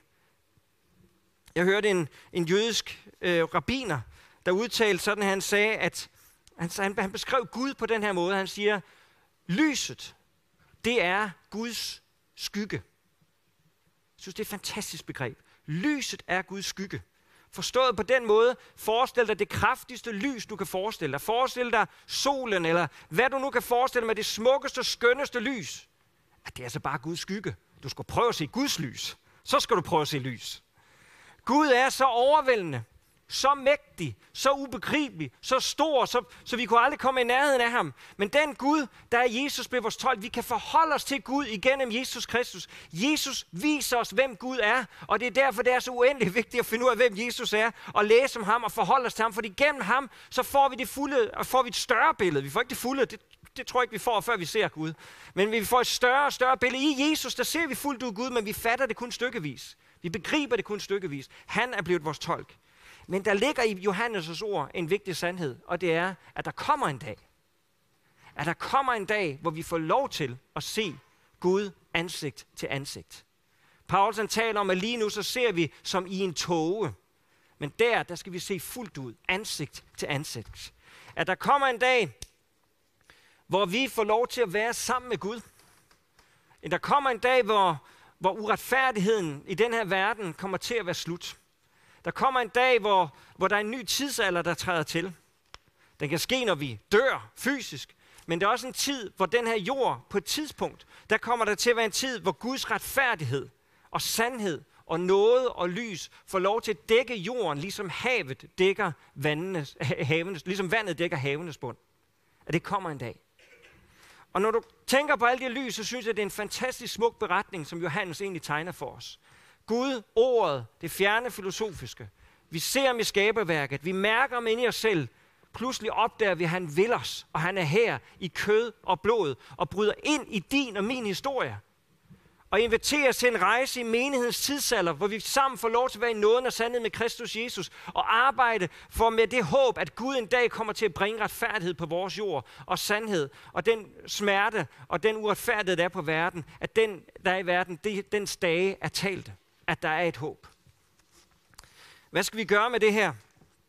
Jeg hørte en, en jødisk øh, rabbiner, der udtalte sådan, at han sagde, at han, han, han beskrev Gud på den her måde. Han siger, lyset, det er Guds skygge. Jeg synes, det er et fantastisk begreb. Lyset er Guds skygge. Forstået på den måde, forestil dig det kraftigste lys, du kan forestille dig. Forestil dig solen, eller hvad du nu kan forestille dig, det smukkeste og skønneste lys. At det er altså bare Guds skygge. Du skal prøve at se Guds lys. Så skal du prøve at se lys. Gud er så overvældende, så mægtig, så ubegribelig, så stor, så, så vi kunne aldrig komme i nærheden af ham. Men den Gud, der er Jesus, blev vores tolk. Vi kan forholde os til Gud igennem Jesus Kristus. Jesus viser os, hvem Gud er, og det er derfor, det er så uendeligt vigtigt at finde ud af, hvem Jesus er, og læse om ham og forholde os til ham, for igennem ham, så får vi det fulde, og får vi et større billede. Vi får ikke det fulde, det, det tror jeg ikke, vi får, før vi ser Gud. Men vi får et større og større billede. I Jesus, der ser vi fuldt ud Gud, men vi fatter det kun stykkevis. Vi begriber det kun stykkevis. Han er blevet vores tolk. Men der ligger i Johannes' ord en vigtig sandhed, og det er, at der kommer en dag. At der kommer en dag, hvor vi får lov til at se Gud ansigt til ansigt. Paulus han taler om, at lige nu så ser vi som i en tåge. Men der, der skal vi se fuldt ud, ansigt til ansigt. At der kommer en dag, hvor vi får lov til at være sammen med Gud. At der kommer en dag, hvor, hvor uretfærdigheden i den her verden kommer til at være slut. Der kommer en dag, hvor, hvor der er en ny tidsalder, der træder til. Den kan ske, når vi dør fysisk. Men der er også en tid, hvor den her jord på et tidspunkt, der kommer der til at være en tid, hvor Guds retfærdighed og sandhed og nåde og lys får lov til at dække jorden, ligesom havet dækker vandenes, havenes, ligesom vandet dækker havenes bund. At det kommer en dag. Og når du tænker på alle de lys, så synes jeg, det er en fantastisk smuk beretning, som Johannes egentlig tegner for os. Gud, ordet, det fjerne filosofiske. Vi ser ham i skaberværket. Vi mærker ham inde i os selv. Pludselig opdager vi, at han vil os, og han er her i kød og blod, og bryder ind i din og min historie. Og inviterer os til en rejse i menighedens tidsalder, hvor vi sammen får lov til at være i nåden og sandhed med Kristus Jesus, og arbejde for med det håb, at Gud en dag kommer til at bringe retfærdighed på vores jord, og sandhed, og den smerte og den uretfærdighed, der er på verden, at den, der er i verden, det, den dage er talte, at der er et håb. Hvad skal vi gøre med det her?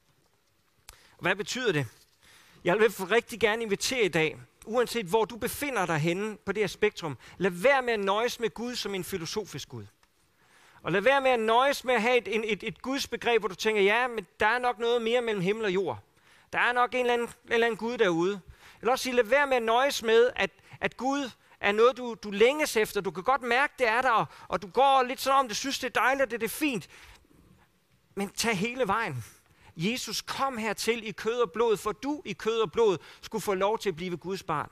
Hvad betyder det? Jeg vil rigtig gerne invitere i dag, uanset hvor du befinder dig henne på det her spektrum, lad være med at nøjes med Gud som en filosofisk Gud. Og lad være med at nøjes med at have et, et, et Guds begreb, hvor du tænker, ja, men der er nok noget mere mellem himmel og jord. Der er nok en eller anden, en eller anden Gud derude. Eller også sige, lad være med at nøjes med, at, at Gud er noget, du, du længes efter. Du kan godt mærke, det er der, og, og du går lidt sådan om, du synes, det er dejligt, det er fint. Men tag hele vejen. Jesus kom hertil i kød og blod, for du i kød og blod skulle få lov til at blive Guds barn.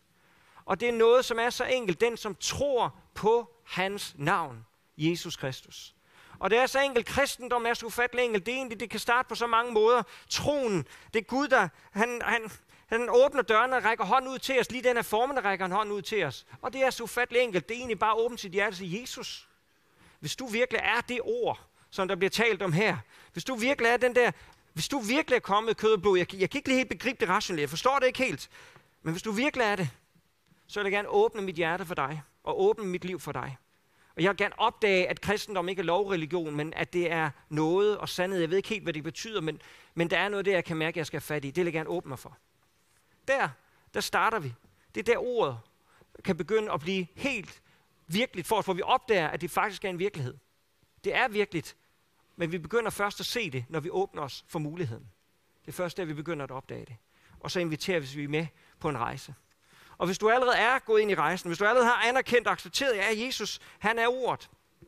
Og det er noget, som er så enkelt. Den, som tror på hans navn, Jesus Kristus. Og det er så enkelt. Kristendom er så ufattelig enkelt. Det er egentlig, det kan starte på så mange måder. Troen, det er Gud, der han, han, han åbner dørene og rækker hånden ud til os. Lige den her formen, der rækker en hånd ud til os. Og det er så ufattelig enkelt. Det er egentlig bare at åbne sit hjerte og sige, Jesus, hvis du virkelig er det ord, som der bliver talt om her. Hvis du virkelig er den der, hvis du virkelig er kommet kød og blod, jeg, jeg kan ikke lige helt begribe det rationelt, jeg forstår det ikke helt, men hvis du virkelig er det, så vil jeg gerne åbne mit hjerte for dig, og åbne mit liv for dig. Og jeg vil gerne opdage, at kristendom ikke er lovreligion, men at det er noget og sandhed. Jeg ved ikke helt, hvad det betyder, men, men der er noget der, jeg kan mærke, at jeg skal have fat i. Det vil jeg gerne åbne mig for. Der, der starter vi. Det er der ordet kan begynde at blive helt virkeligt for os, hvor vi opdager, at det faktisk er en virkelighed. Det er virkeligt, men vi begynder først at se det, når vi åbner os for muligheden. Det er først der, vi begynder at opdage det. Og så inviterer vi, vi med på en rejse. Og hvis du allerede er gået ind i rejsen, hvis du allerede har anerkendt og accepteret, at ja, Jesus, han er ordet,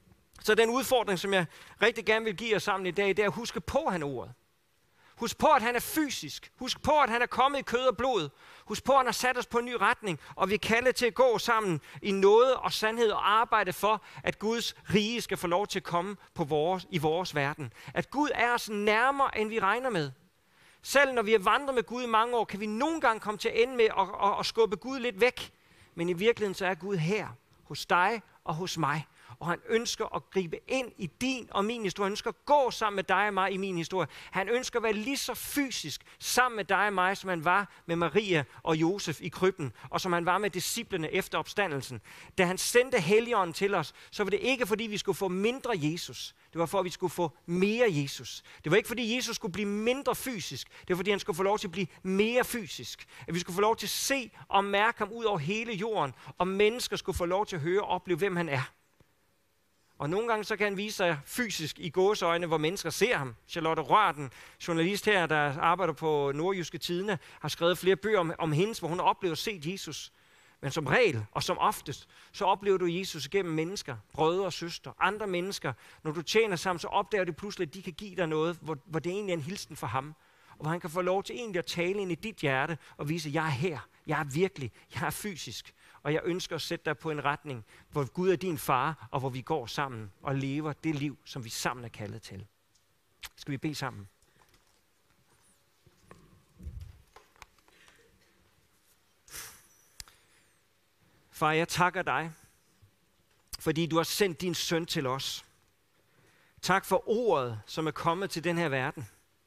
så den udfordring, som jeg rigtig gerne vil give jer sammen i dag, det er at huske på, at han er ordet. Husk på, at han er fysisk. Husk på, at han er kommet i kød og blod. Husk på, at han har sat os på en ny retning, og vi kalder til at gå sammen i nåde og sandhed og arbejde for, at Guds rige skal få lov til at komme på vores, i vores verden. At Gud er os nærmere, end vi regner med. Selv når vi har vandret med Gud i mange år, kan vi nogle gange komme til at ende med at, at, at skubbe Gud lidt væk. Men i virkeligheden så er Gud her, hos dig og hos mig. Og han ønsker at gribe ind i din og min historie. Han ønsker at gå sammen med dig og mig i min historie. Han ønsker at være lige så fysisk sammen med dig og mig, som han var med Maria og Josef i krybben, og som han var med disciplene efter opstandelsen. Da han sendte Helligånden til os, så var det ikke fordi vi skulle få mindre Jesus. Det var for at vi skulle få mere Jesus. Det var ikke fordi Jesus skulle blive mindre fysisk. Det var fordi han skulle få lov til at blive mere fysisk. At vi skulle få lov til at se og mærke ham ud over hele jorden. Og mennesker skulle få lov til at høre og opleve, hvem han er. Og nogle gange så kan han vise sig fysisk i gåseøjne, hvor mennesker ser ham. Charlotte Rør, den journalist her, der arbejder på Nordjyske Tidende, har skrevet flere bøger om, om hendes, hvor hun har oplevet at se Jesus. Men som regel, og som oftest, så oplever du Jesus gennem mennesker, brødre og søstre, andre mennesker. Når du tjener sammen, så opdager du pludselig, at de kan give dig noget, hvor, hvor det egentlig er en hilsen for ham. Og hvor han kan få lov til egentlig at tale ind i dit hjerte og vise, at jeg er her, jeg er virkelig, jeg er fysisk. Og jeg ønsker at sætte dig på en retning, hvor Gud er din far, og hvor vi går sammen og lever det liv, som vi sammen er kaldet til. Skal vi bede sammen? Far, jeg takker dig, fordi du har sendt din søn til os. Tak for ordet, som er kommet til den her verden.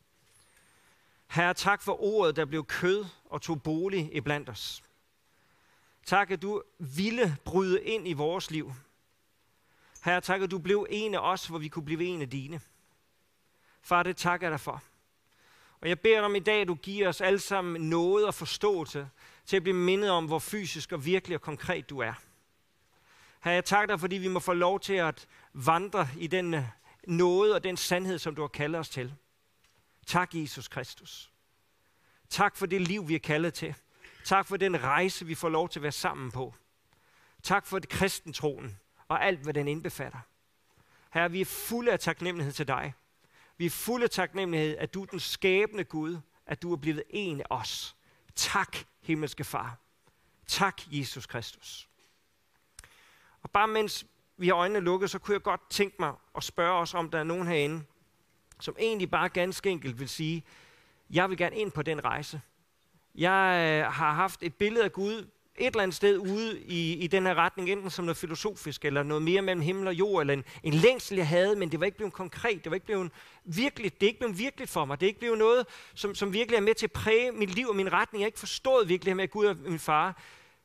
Herre, tak for ordet, der blev kød og tog bolig iblandt os. Tak, at du ville bryde ind i vores liv. Herre, tak, at du blev en af os, hvor vi kunne blive en af dine. Far, det takker jeg dig for. Og jeg beder dig om i dag, at du giver os alle sammen noget og forståelse til at blive mindet om, hvor fysisk og virkelig og konkret du er. Herre, jeg takker dig, fordi vi må få lov til at vandre i den nåde og den sandhed, som du har kaldet os til. Tak, Jesus Kristus. Tak for det liv, vi er kaldet til. Tak for den rejse, vi får lov til at være sammen på. Tak for det kristentroen og alt, hvad den indbefatter. Herre, vi er fulde af taknemmelighed til dig. Vi er fulde af taknemmelighed, at du er den skabende Gud, at du er blevet en af os. Tak, himmelske Far. Tak, Jesus Kristus. Og bare mens vi har øjnene lukket, så kunne jeg godt tænke mig at spørge os, om der er nogen herinde, som egentlig bare ganske enkelt vil sige, jeg vil gerne ind på den rejse. Jeg har haft et billede af Gud et eller andet sted ude i, i den her retning, enten som noget filosofisk, eller noget mere mellem himmel og jord, eller en, en længsel, jeg havde, men det var ikke blevet konkret, det var ikke blevet virkeligt, det er ikke blevet virkeligt for mig, det er ikke blevet noget, som, som virkelig er med til at præge mit liv og min retning. Jeg har ikke forstået virkelig med, at Gud er min far.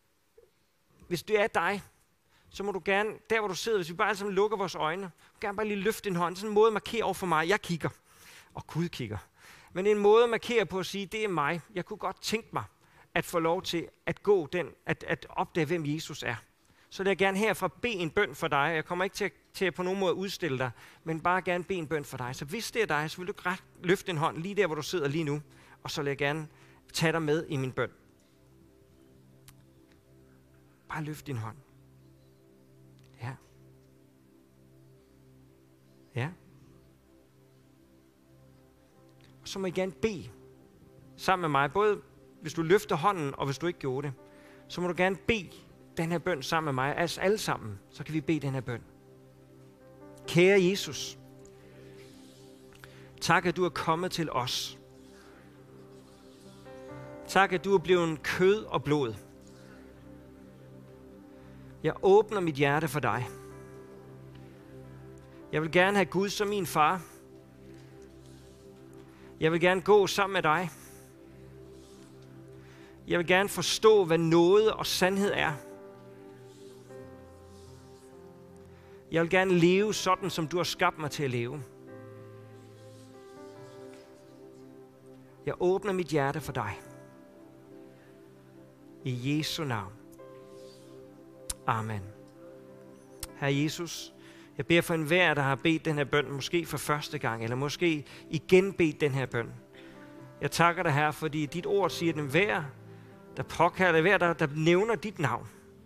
Hvis det er dig, så må du gerne, der hvor du sidder, hvis vi bare alle sammen lukker vores øjne, gerne bare lige løfte din hånd, sådan en måde at markere over for mig, jeg kigger, og Gud kigger. Men en måde at markere på at sige, det er mig, jeg kunne godt tænke mig, at få lov til at gå den, at, at opdage, hvem Jesus er. Så vil jeg gerne herfra bede en bøn for dig. Jeg kommer ikke til at, til at på nogen måde udstille dig, men bare gerne bede en bøn for dig. Så hvis det er dig, så vil du løfte en hånd lige der, hvor du sidder lige nu, og så vil jeg gerne tage dig med i min bøn. Bare løft din hånd. Ja. Ja. Og så må I gerne bede sammen med mig, både hvis du løfter hånden, og hvis du ikke gjorde det, så må du gerne bede den her bøn sammen med mig. Altså alle sammen, så kan vi bede den her bøn. Kære Jesus, tak at du er kommet til os. Tak at du er blevet kød og blod. Jeg åbner mit hjerte for dig. Jeg vil gerne have Gud som min far. Jeg vil gerne gå sammen med dig. Jeg vil gerne forstå, hvad nåde og sandhed er. Jeg vil gerne leve sådan, som du har skabt mig til at leve. Jeg åbner mit hjerte for dig. I Jesu navn. Amen. Herre Jesus, jeg beder for enhver, der har bedt den her bøn, måske for første gang, eller måske igen bedt den her bøn. Jeg takker dig, Herre, fordi dit ord siger, at enhver, der påkalder, hver, der, der nævner dit navn,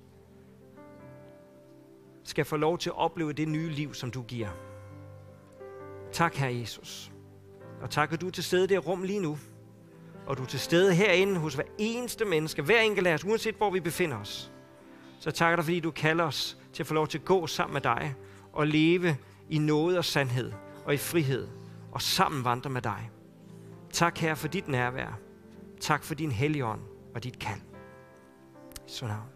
skal få lov til at opleve det nye liv, som du giver. Tak, Herre Jesus. Og tak, at du er til stede i det rum lige nu. Og du er til stede herinde hos hver eneste menneske, hver enkelt af os, uanset hvor vi befinder os. Så takker dig, fordi du kalder os til at få lov til at gå sammen med dig og leve i nåde og sandhed og i frihed og sammen vandre med dig. Tak, Herre, for dit nærvær. Tak for din Helligånd og dit kald. I Jesu navn.